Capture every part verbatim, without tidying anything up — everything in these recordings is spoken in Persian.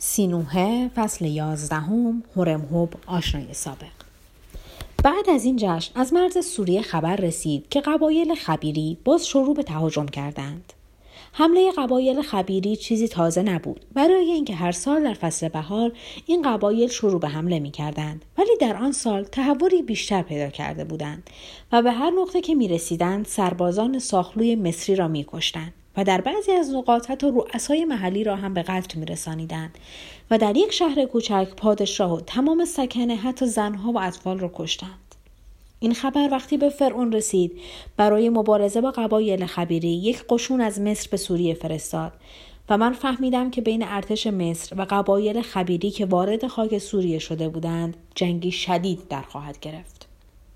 سینوحه فصل یازدهم هورمهوب آشنای سابق. بعد از این جشن از مرز سوریه خبر رسید که قبایل خبیری باز شروع به تهاجم کردند. حمله قبایل خبیری چیزی تازه نبود، برای اینکه هر سال در فصل بهار این قبایل شروع به حمله می کردند، ولی در آن سال تحولی بیشتر پیدا کرده بودند و به هر نقطه که می رسیدند سربازان ساخلوی مصری را می کشتند و در بعضی از نقاط حتی رؤسای محلی را هم به قتل می رسانیدند و در یک شهر کوچک پادشاه و تمام سکنه حتی زنها و اطفال را کشتند. این خبر وقتی به فرعون رسید، برای مبارزه با قبایل خبیری یک قشون از مصر به سوریه فرستاد و من فهمیدم که بین ارتش مصر و قبایل خبیری که وارد خاک سوریه شده بودند جنگی شدید در خواهد گرفت.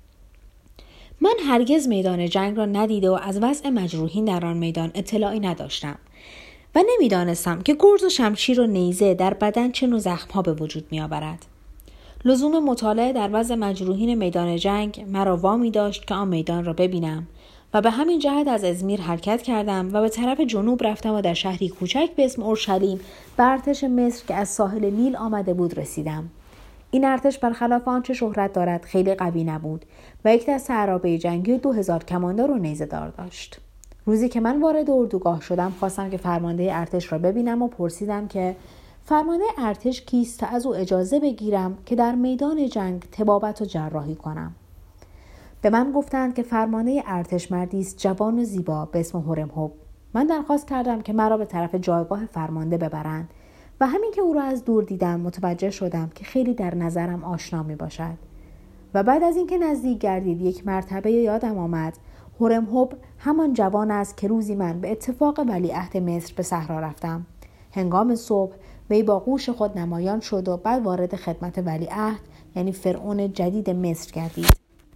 من هرگز میدان جنگ را ندیده و از وضع مجروحین در آن میدان اطلاعی نداشتم و نمیدانستم که گرز و شمشیر و نیزه در بدن چه نوع زخم‌ها به وجود می‌آورد. لزوم مطالعه در وضع مجروحین میدان جنگ مرا وامی داشت که آن میدان را ببینم و به همین جهت از ازمیر حرکت کردم و به طرف جنوب رفتم و در شهری کوچک به اسم اورشلیم به ارتش مصر که از ساحل نیل آمده بود رسیدم. این ارتش برخلاف آنچه شهرت دارد خیلی قوی نبود و یک دسته عرابه جنگی دو هزار کماندار و نیزه دار داشت. روزی که من وارد اردوگاه شدم خواستم که فرمانده ارتش را ببینم و پرسیدم که فرمانده ارتش کیست تا از او اجازه بگیرم که در میدان جنگ طبابت و جراحی کنم. به من گفتند که فرمانده ارتش مردی است جوان و زیبا به اسم هورمهوب. من درخواست کردم که مرا به طرف جایگاه فرمانده ببرند و همین که او را از دور دیدم متوجه شدم که خیلی در نظرم آشنا می باشد و بعد از اینکه نزدیک گردید یک مرتبه یادم آمد هورمهوب همان جوان است که روزی من به اتفاق ولیعهد مصر به صحرا رفتم. هنگام صبح وی با قوش خود نمایان شد و بعد وارد خدمت ولیعهد یعنی فرعون جدید مصر گردید.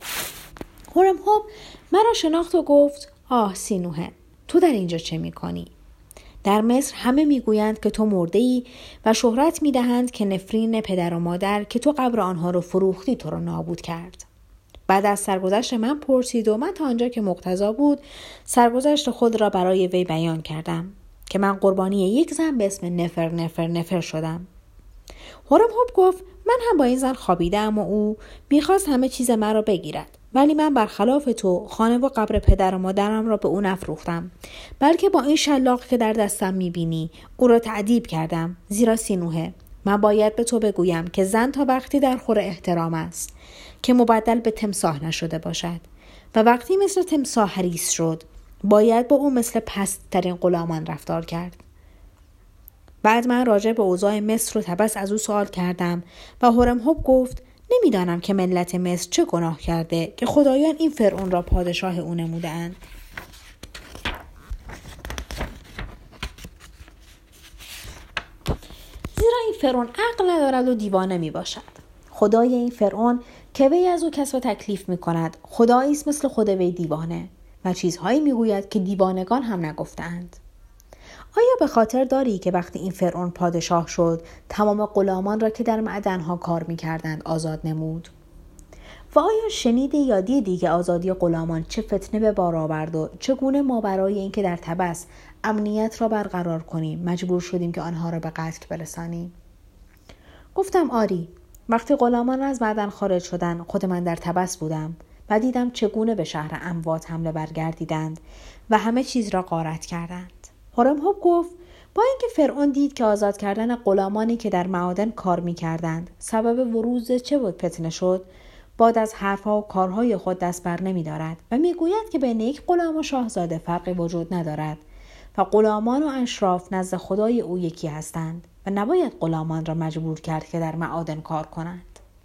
هورمهوب مرا شناخت و گفت آه سینوحه، تو در اینجا چه میکنی؟ در مصر همه میگویند که تو مرده‌ای و شهرت میدهند که نفرین پدر و مادر که تو قبر آنها رو فروختی تو رو نابود کرد. بعد از سرگذشت من پرسید و من تا آنجا که مقتضا بود سرگذشت خود را برای وی بیان کردم که من قربانی یک زن به اسم نفر نفر نفر شدم. هورمهوب گفت من هم با این زن خوابیدم و او میخواست همه چیز مرا بگیرد، ولی من برخلاف تو خانه و قبر پدر و مادرم را به او نفروختم، بلکه با این شلاق که در دستم میبینی او را تعذیب کردم. زیرا سینوحه، من باید به تو بگویم که زن تا وقتی در خور احترام است که مبدل به تمساح نشده باشد و وقتی مثل تمساح حریص شد باید با او مثل پست‌ترین غلامان رفتار کرد. بعد من راجع به اوضاع مصر و تبس از او سوال کردم و هورمهوب گفت نمیدانم که ملت مصر چه گناه کرده که خدایان این فرعون را پادشاه او نموده‌اند. زیرا این فرعون عقل ندارد و دیوانه می باشد. خدای این فرعون که وی از او کسب تکلیف می کند خدایی است مثل خود وی دیوانه و چیزهایی میگوید که دیوانگان هم نگفتند. آیا به خاطر داری که وقتی این فرعون پادشاه شد تمام غلامان را که در معدنها کار میکردند آزاد نمود؟ و آیا شنیدی یا دیدی که آزادی غلامان چه فتنه به بار آورد و چگونه ما برای اینکه در تبس امنیت را برقرار کنیم مجبور شدیم که آنها را به قتل برسانیم؟ گفتم آری، وقتی غلامان از معدن خارج شدند خود من در تبس بودم و دیدم چگونه به شهر اموات حمله برگردیدند و همه چیز را غارت کردند. هورمهوب گفت با اینکه فرعون دید که آزاد کردن غلامانی که در معادن کار می‌کردند سبب وروز چه بود فتنه شد، بعد از حرفها و کارهای خود دست بر نمی‌دارد و می‌گوید که بین یک غلام و شاهزاده فرقی وجود ندارد و غلامان و اشراف نزد خدای او یکی هستند و نباید غلامان را مجبور کرد که در معادن کار کنند.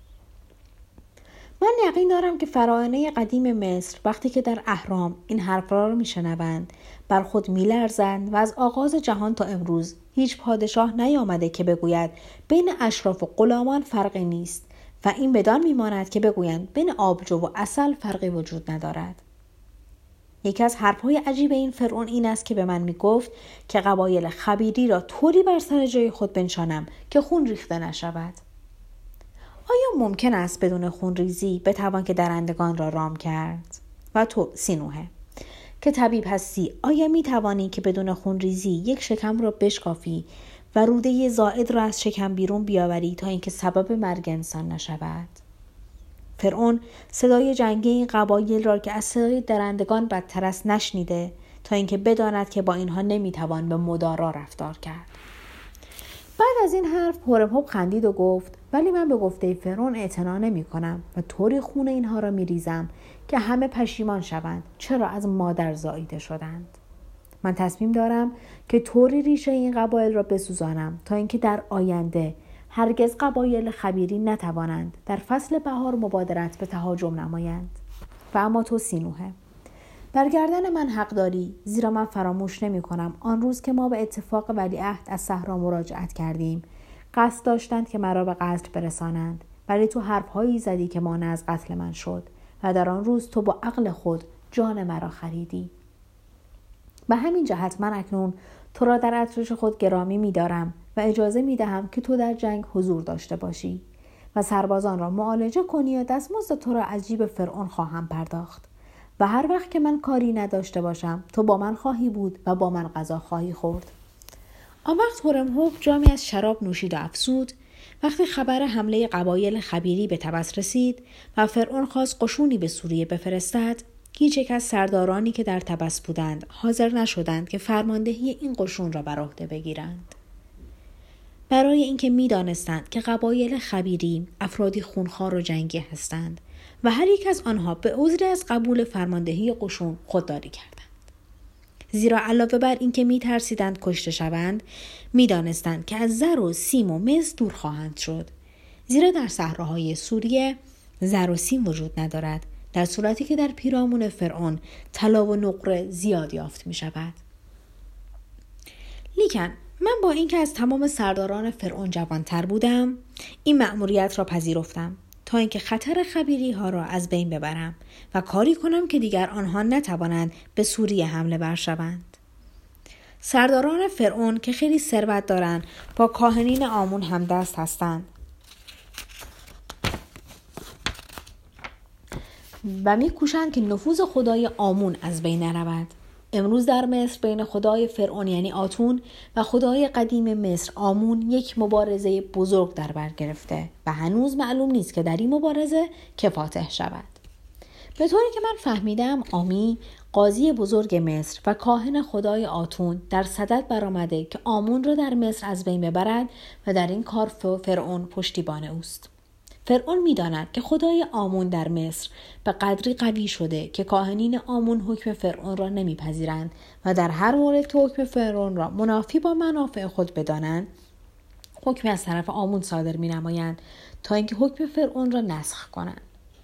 من یقین دارم که فراعنه قدیم مصر وقتی که در اهرام این حرفا را میشنوند بر خود میلرزند و از آغاز جهان تا امروز هیچ پادشاه نیامده که بگوید بین اشراف و غلامان فرقی نیست و این بدان میماند که بگویند بین آبجو و عسل فرقی وجود ندارد. یکی از حرفهای عجیب این فرعون این است که به من میگفت که قبایل خبیری را طوری بر سر جای خود بنشانم که خون ریخته نشود. آیا ممکن است بدون خونریزی بتوان که درندگان را رام کرد؟ و تو سینوحه که طبیب هستی، آیا می توانی که بدون خونریزی یک شکم را بشکافی و روده زائد را از شکم بیرون بیاوری تا اینکه سبب مرگ انسان نشود. فرعون صدای جنگی این قبایل را که از صدای درندگان بدتر است نشنیده تا اینکه بداند که با اینها نمیتوان به مدارا رفتار کرد. بعد از این حرف هورم‌هوب خندید و گفت ولی من به گفته فرعون اعتنا نمی‌کنم و طوری خون اینها را می‌ریزم که همه پشیمان شوند چرا از مادر زاییده شدند. من تصمیم دارم که طوری ریشه این قبایل را بسوزانم تا اینکه در آینده هرگز قبایل خبیری نتوانند در فصل بهار مبادرت به تهاجم نمایند. و اما تو سینوحه، برگردن من حق داری، زیرا من فراموش نمی کنم آن روز که ما به اتفاق ولیعهد از صحرا مراجعت کردیم قصد داشتند که مرا به قتل برسانند، ولی تو حرفهایی زدی که مانع از قتل من شد و در آن روز تو با عقل خود جان مرا خریدی. به همین جهت من اکنون تو را در ارتش خود گرامی می دارم و اجازه می دهم که تو در جنگ حضور داشته باشی و سربازان را معالجه کنی و دستمزد تو را از جیب فرعون خواهم پرداخت و هر وقت که من کاری نداشته باشم تو با من خواهی بود و با من غذا خواهی خورد. آن وقت هورم‌هوب جامی از شراب نوشید و افسود. وقتی خبر حمله قبایل خبیری به تبس رسید و فرعون خواست قشونی به سوریه بفرستد، هیچ یک از سردارانی که در تبس بودند حاضر نشدند که فرماندهی این قشون را بر عهده بگیرند. برای اینکه می‌دانستند که قبایل خبیری افرادی خونخوار و جنگی هستند و هر یک از آنها به عذری از قبول فرماندهی قشون خودداری کردند. زیرا علاوه بر اینکه می‌ترسیدند کشته شوند، می‌دانستند که از زر و سیم و مس دور خواهند شد. زیرا در صحراهای سوریه زر و سیم وجود ندارد، در صورتی که در پیرامون فرعون طلا و نقره زیاد یافت می‌شود. لیکن من با اینکه از تمام سرداران فرعون جوان‌تر بودم، این مأموریت را پذیرفتم تا اینکه خطر خبیری ها را از بین ببرم و کاری کنم که دیگر آنها نتوانند به سوریه حمله ور شوند. سرداران فرعون که خیلی ثروت دارند با کاهنین آمون هم دست هستند و می‌کوشند که نفوذ خدای آمون از بین نرود. امروز در مصر بین خدای فرعون یعنی آتون و خدای قدیم مصر آمون یک مبارزه بزرگ در بر گرفته و هنوز معلوم نیست که در این مبارزه که فاتح شود. به طوری که من فهمیدم آمی قاضی بزرگ مصر و کاهن خدای آتون در صدد برآمده که آمون را در مصر از بین ببرد و در این کار فرعون پشتیبان اوست. فرعون می‌داند که خدای آمون در مصر به قدری قوی شده که کاهنین آمون حکم فرعون را نمیپذیرند و در هر مورد که حکم فرعون را منافی با منافع خود بدانند حکمی از طرف آمون صادر می‌نمایند تا اینکه حکم فرعون را نسخ کنند.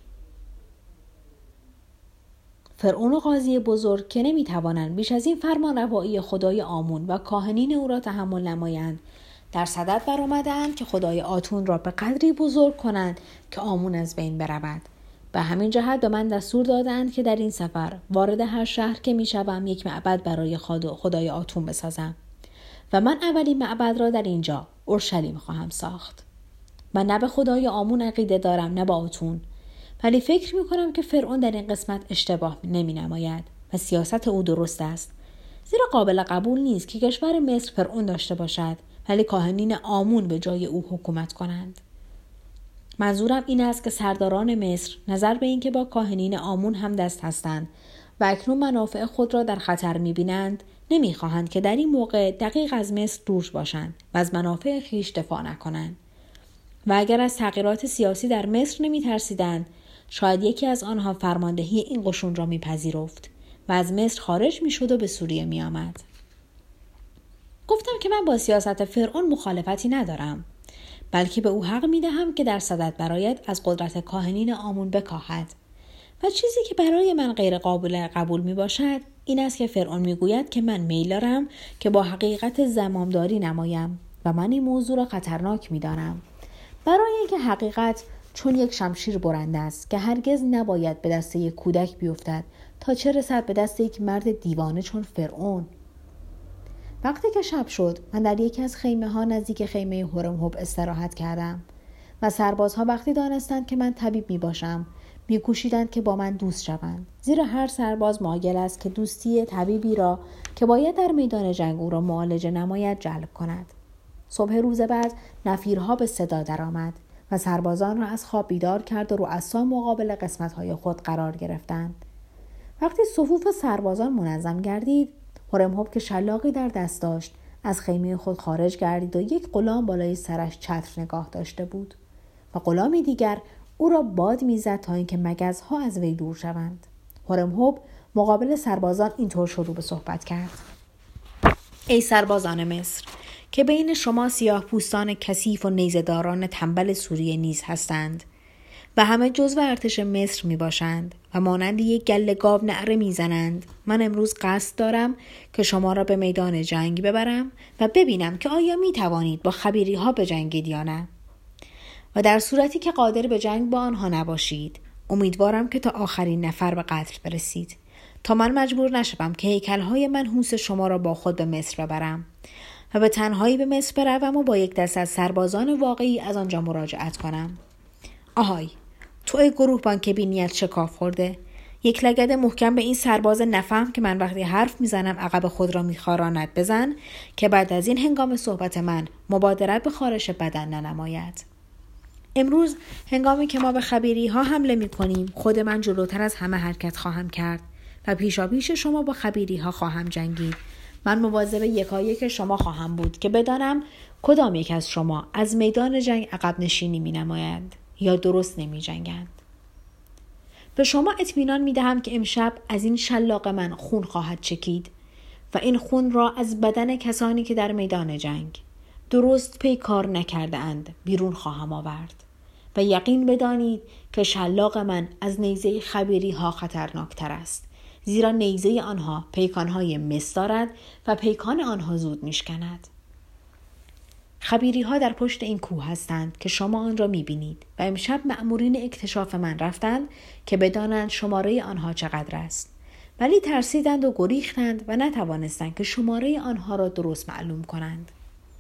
فرعون و قاضی بزرگ که نمی‌توانند بیش از این فرمان روایی خدای آمون و کاهنین او را تحمل نمایند، در صدد برآمدند که خدای آتون را به قدری بزرگ کنند که آمون از بین برود. به همین جهت به من دستور دادند که در این سفر وارد هر شهر که میشوم یک معبد برای خدای آتون بسازم و من اولین معبد را در اینجا اورشلیم خواهم ساخت. من نه به خدای آمون عقیده دارم نه به آتون، ولی فکر میکنم که فرعون در این قسمت اشتباه نمی نماید و سیاست او درست است، زیرا قابل قبول نیست که کشور مصر فرعون داشته باشد ولی کاهنین آمون به جای او حکومت کنند. منظورم این است که سرداران مصر نظر به این که با کاهنین آمون هم دست هستند و اکنون منافع خود را در خطر می‌بینند، نمی‌خواهند که در این موقع دقیق از مصر دور باشند و از منافع خویش دفاع نکنند. و اگر از تغییرات سیاسی در مصر نمی‌ترسیدند، شاید یکی از آنها فرماندهی این قشون را می‌پذیرفت و از مصر خارج می‌شد و به سوریه می‌آمد. گفتم که من با سیاست فرعون مخالفتی ندارم، بلکه به او حق می‌دهم که در صدد برایت از قدرت کاهنین آمون بکاهد و چیزی که برای من غیر قابل قبول میباشد این است که فرعون میگوید که من میل دارم که با حقیقت زمامداری نمایم و من این موضوع را خطرناک میدانم، برای اینکه حقیقت چون یک شمشیر برنده است که هرگز نباید به دست یک کودک بیفتد تا چه رسد به دست یک مرد دیوانه چون فرعون. وقتی که شب شد من در یکی از خیمه ها نزدیک خیمه هورم‌هوب استراحت کردم و سربازها وقتی دانستند که من طبیب می باشم می کوشیدند که با من دوست شوند، زیرا هر سرباز مایل است که دوستی طبیبی را که باید در میدان جنگ او را معالجه نماید جلب کند. صبح روز بعد نفیرها به صدا درآمد و سربازان را از خواب بیدار کرد و رؤسا مقابل قسمت‌های خود قرار گرفتند. وقتی صفوف سربازان منظم گردید، هورمهوب که شلاقی در دست داشت از خیمه خود خارج گردید و یک غلام بالای سرش چتر نگاه داشته بود و غلامی دیگر او را باد میزد تا اینکه مگزها از وی دور شوند. هورمهوب مقابل سربازان اینطور شروع به صحبت کرد: ای سربازان مصر که بین شما سیاه پوستان کثیف و نیزه‌داران تنبل سوریه نیز هستند و همه جزو ارتش مصر می باشند و مانند یک گله گاو نعره می زنند، من امروز قصد دارم که شما را به میدان جنگ ببرم و ببینم که آیا می توانید با خبیری ها بجنگید یا نه. و در صورتی که قادر به جنگ با آنها نباشید، امیدوارم که تا آخرین نفر به قتل برسید تا من مجبور نشوم که هیکل‌های منحوس شما را با خود به مصر ببرم و به تنهایی به مصر بروم و با یک دست از سربازان واقعی از آنجا مراجعت کنم. آهای، تو ای گروهبان که بی نیت شکاف خورده، یک لگد محکم به این سرباز نفهم که من وقتی حرف میزنم عقب خود را میخاراند بزن که بعد از این هنگام صحبت من مبادرت به خارش بدن ننماید. امروز هنگامی که ما به خبیری ها حمله می کنیم، خود من جلوتر از همه حرکت خواهم کرد و پیشا پیش شما با خبیری ها خواهم جنگید. من مواظب یکایک شما خواهم بود که بدانم کدام یک از شما از میدان جنگ عقب نشینی می نمایند یا درست نمی جنگند. به شما اطمینان می دهم که امشب از این شلاق من خون خواهد چکید و این خون را از بدن کسانی که در میدان جنگ درست پیکار نکرده اند بیرون خواهم آورد و یقین بدانید که شلاق من از نیزه خبیری ها خطرناکتر است، زیرا نیزه آنها پیکانهای مس دارد و پیکان آنها زود میشکند. خبیری ها در پشت این کوه هستند که شما آن را میبینید و امشب مأمورین اکتشاف من رفتند که بدانند شماره آنها چقدر است، ولی ترسیدند و گریختند و نتوانستند که شماره آنها را درست معلوم کنند.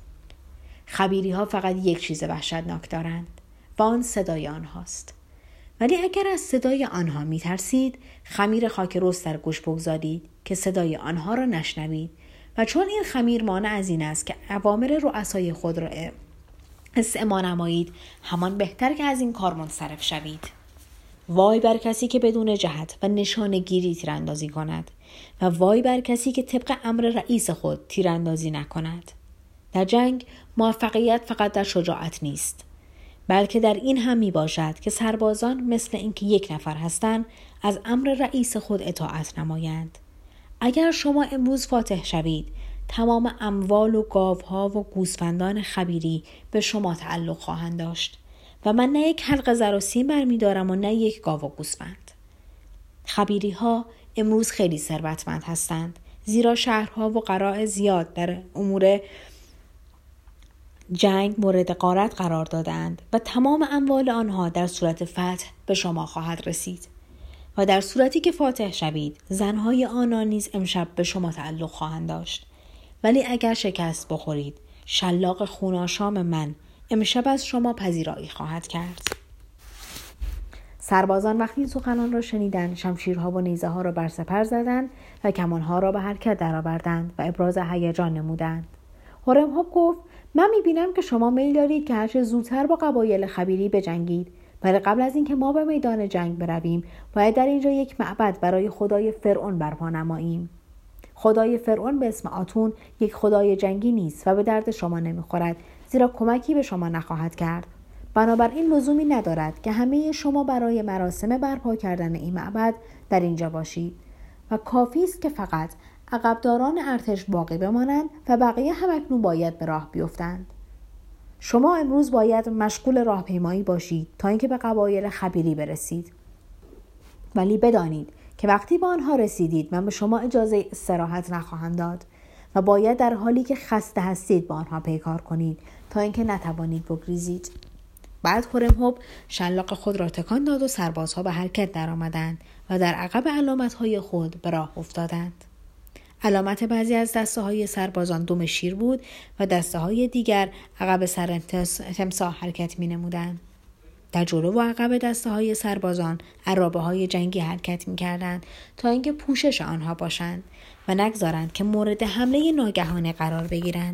خبیری ها فقط یک چیز وحشتناک دارند و آن صدای آنهاست. ولی اگر از صدای آنها می ترسید، خمیر خاک رس در گوش بگذارید که صدای آنها را نشنوید و چون این خمیر مانع از این است که اوامر رؤسای خود را استماع نمایید، همان بهتر که از این کار منصرف شوید. وای بر کسی که بدون جهت و نشانه گیری تیراندازی کند و وای بر کسی که طبق امر رئیس خود تیراندازی نکند. در جنگ موفقیت فقط در شجاعت نیست، بلکه در این هم می باشد که سربازان مثل اینکه یک نفر هستند از امر رئیس خود اطاعت نمایند. اگر شما امروز فاتح شوید، تمام اموال و گاوها و گوسفندان خبیری به شما تعلق خواهند داشت و من نه یک حلقه زر و سیم برمی دارم و نه یک گاو و گوسفند. خبیری ها امروز خیلی ثروتمند هستند، زیرا شهرها و قراع زیاد در امور جنگ مورد غارت قرار دادند و تمام اموال آنها در صورت فتح به شما خواهد رسید و در صورتی که فاتح شوید، زنهای آنها نیز امشب به شما تعلق خواهند داشت. ولی اگر شکست بخورید، شلاق خوناشام من امشب از شما پذیرایی خواهد کرد. سربازان وقتی این سخنان را شنیدند، شمشیرها و نیزه ها را بر سپر زدند و کمانها را به حرکت درآوردند و ابراز هیجان نمودند. هورمهوب گفت: من میبینم که شما میل دارید که هرچه زودتر با قبایل خبیری بجنگید، ولی قبل از اینکه ما به میدان جنگ برویم، باید در اینجا یک معبد برای خدای فرعون برپا نماییم. خدای فرعون به اسم آتون یک خدای جنگی نیست و به درد شما نمیخورد، زیرا کمکی به شما نخواهد کرد. بنابراین لزومی ندارد که همه شما برای مراسم برپا کردن این معبد در اینجا باشید و کافی است که فقط عقبداران ارتش باقی بمانند و بقیه همکنون باید به راه بیفتند. شما امروز باید مشغول راهپیمایی باشید تا اینکه به قبایل خبیری برسید. ولی بدانید که وقتی به آنها رسیدید، من به شما اجازه استراحت نخواهم داد و باید در حالی که خسته هستید با آنها پیکار کنید تا اینکه نتوانید بگریزید. بعد هورمهوب شلاق خود را تکان داد و سربازها به حرکت درآمدند و در عقب علامت‌های خود به راه افتادند. علامت بعضی از دسته های سربازان دم شیر بود و دسته های دیگر عقب سر تمساح حرکت می نمودند. در جلو و عقب دسته های سربازان عرابه های جنگی حرکت می کردند تا اینکه پوشش آنها باشند و نگذارند که مورد حمله ناگهانه قرار بگیرند.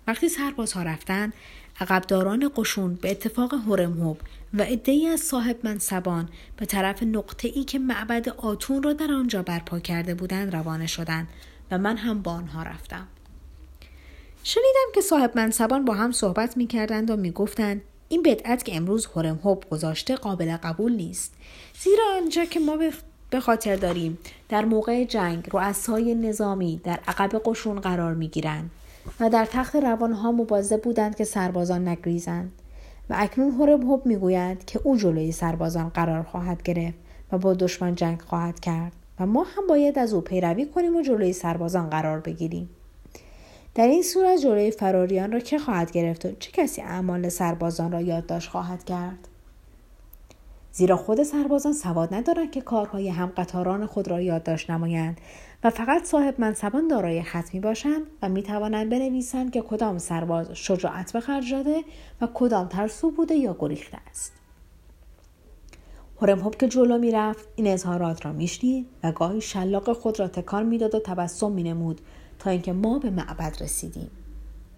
وقتی سربازها رفتند، عقبداران قشون به اتفاق هورمهوب و عده‌ای از صاحب منصبان به طرف نقطه‌ای که معبد آتون را در آنجا برپا کرده بودند روانه شدند و من هم با آنها رفتم. شنیدم که صاحب منصبان با هم صحبت می‌کردند و می‌گفتند این بدعت که امروز هورمهوب گذاشته قابل قبول نیست، زیرا آنجا که ما به خاطر داریم در موقع جنگ رؤسای نظامی در عقب قشون قرار می‌گیرند و در تخت روانها مبارزه بودند که سربازان نگریزند و اکنون هورمهوب میگوید که او جلوی سربازان قرار خواهد گرفت و با دشمن جنگ خواهد کرد و ما هم باید از او پیروی کنیم و جلوی سربازان قرار بگیریم. در این صورت جلوی فراریان را که خواهد گرفت و چه کسی اعمال سربازان را یادداشت خواهد کرد؟ زیرا خود سربازان سواد ندارند که کارهای هم قطاران خود را یادداشت نمایند و فقط صاحب منصبان دارای ختمی باشند و می توانند بنویسند که کدام سرباز شجاعت به خرج داده و کدام ترسو بوده یا گریخته است. هورمهوب که جلو می رفت این اظهارات را می شنید و گاهی شلاق خود را تکان می داد و تبسم می نمود تا اینکه ما به معبد رسیدیم.